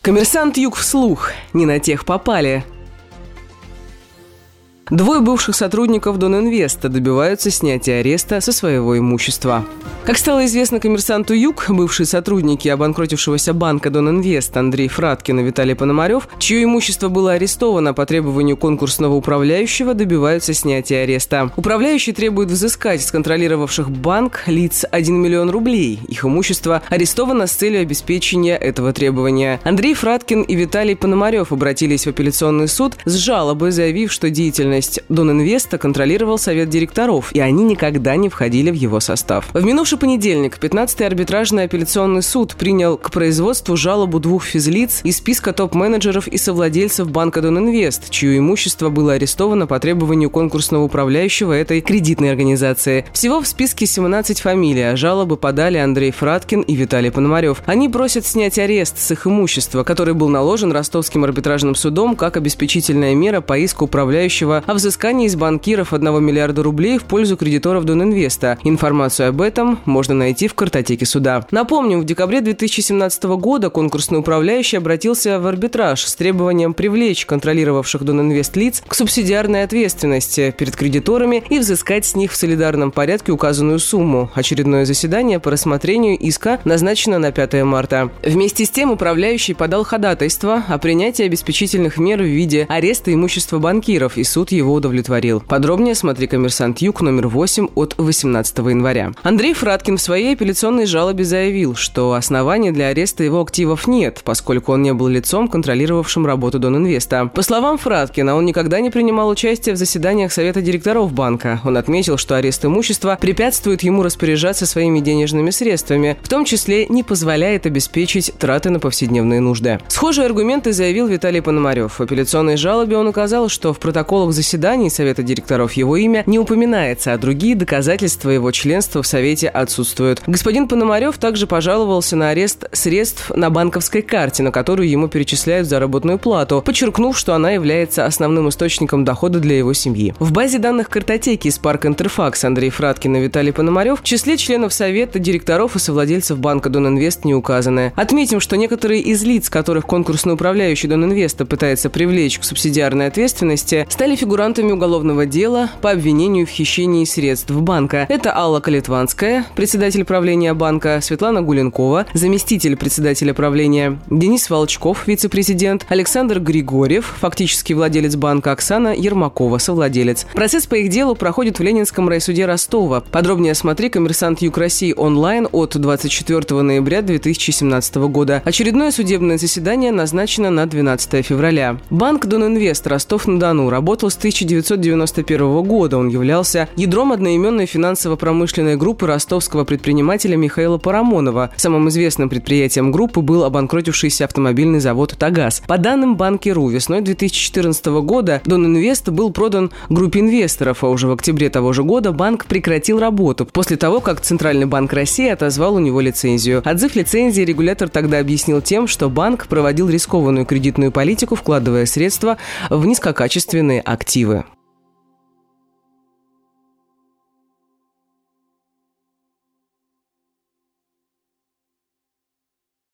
Коммерсант Юг вслух. Не на тех попали. Двое бывших сотрудников Донинвеста добиваются снятия ареста со своего имущества. Как стало известно коммерсанту Юг, бывшие сотрудники обанкротившегося банка Донинвест Андрей Фраткин и Виталий Пономарев, чье имущество было арестовано по требованию конкурсного управляющего, добиваются снятия ареста. Управляющий требует взыскать с контролировавших банк лиц 1 миллион рублей. Их имущество арестовано с целью обеспечения этого требования. Андрей Фраткин и Виталий Пономарев обратились в апелляционный суд с жалобой, заявив, что деятельность Донинвеста контролировал совет директоров, и они никогда не входили в его состав. В минувший понедельник 15-й арбитражный апелляционный суд принял к производству жалобу двух физлиц из списка топ-менеджеров и совладельцев банка Донинвест, чье имущество было арестовано по требованию конкурсного управляющего этой кредитной организации. Всего в списке 17 фамилий, а жалобы подали Андрей Фраткин и Виталий Пономарев. Они просят снять арест с их имущества, который был наложен Ростовским арбитражным судом как обеспечительная мера по иску управляющего о взыскании из банкиров 1 миллиарда рублей в пользу кредиторов Донинвеста. Информацию об этом можно найти в картотеке суда. Напомним, в декабре 2017 года конкурсный управляющий обратился в арбитраж с требованием привлечь контролировавших Донинвест лиц к субсидиарной ответственности перед кредиторами и взыскать с них в солидарном порядке указанную сумму. Очередное заседание по рассмотрению иска назначено на 5 марта. Вместе с тем управляющий подал ходатайство о принятии обеспечительных мер в виде ареста имущества банкиров, и суд его удовлетворил. Подробнее смотри «Коммерсант Юг» номер 8 от 18 января. Андрей Фраткин в своей апелляционной жалобе заявил, что оснований для ареста его активов нет, поскольку он не был лицом, контролировавшим работу Донинвеста. По словам Фраткина, он никогда не принимал участие в заседаниях совета директоров банка. Он отметил, что арест имущества препятствует ему распоряжаться своими денежными средствами, в том числе не позволяет обеспечить траты на повседневные нужды. Схожие аргументы заявил Виталий Пономарев. В апелляционной жалобе он указал, что в протоколах заседаний совета директоров его имя не упоминается, а другие доказательства его членства в совете отсутствуют. Господин Пономарев также пожаловался на арест средств на банковской карте, на которую ему перечисляют заработную плату, подчеркнув, что она является основным источником дохода для его семьи. В базе данных картотеки Spark Interfax Андрей Фраткин и Виталий Пономарев в числе членов совета директоров и совладельцев банка Донинвест не указаны. Отметим, что некоторые из лиц, которых конкурсный управляющий Донинвеста пытается привлечь к субсидиарной ответственности, стали фигурантами уголовного дела по обвинению в хищении средств банка. Это Алла Калитванская, председатель правления банка, Светлана Гуленкова, заместитель председателя правления, Денис Волчков, вице-президент, Александр Григорьев, фактический владелец банка, Оксана Ермакова, совладелец. Процесс по их делу проходит в Ленинском райсуде Ростова. Подробнее смотри «Коммерсант Юг России» онлайн от 24 ноября 2017 года. Очередное судебное заседание назначено на 12 февраля. Банк Донинвест Ростов-на-Дону работал с 1991 года. Он являлся ядром одноименной финансово-промышленной группы ростовского предпринимателя Михаила Парамонова. Самым известным предприятием группы был обанкротившийся автомобильный завод «Тагаз». По данным Банки.ру, весной 2014 года Донинвест был продан группе инвесторов, а уже в октябре того же года банк прекратил работу после того, как Центральный банк России отозвал у него лицензию. Отзыв лицензии регулятор тогда объяснил тем, что банк проводил рискованную кредитную политику, вкладывая средства в низкокачественные активы.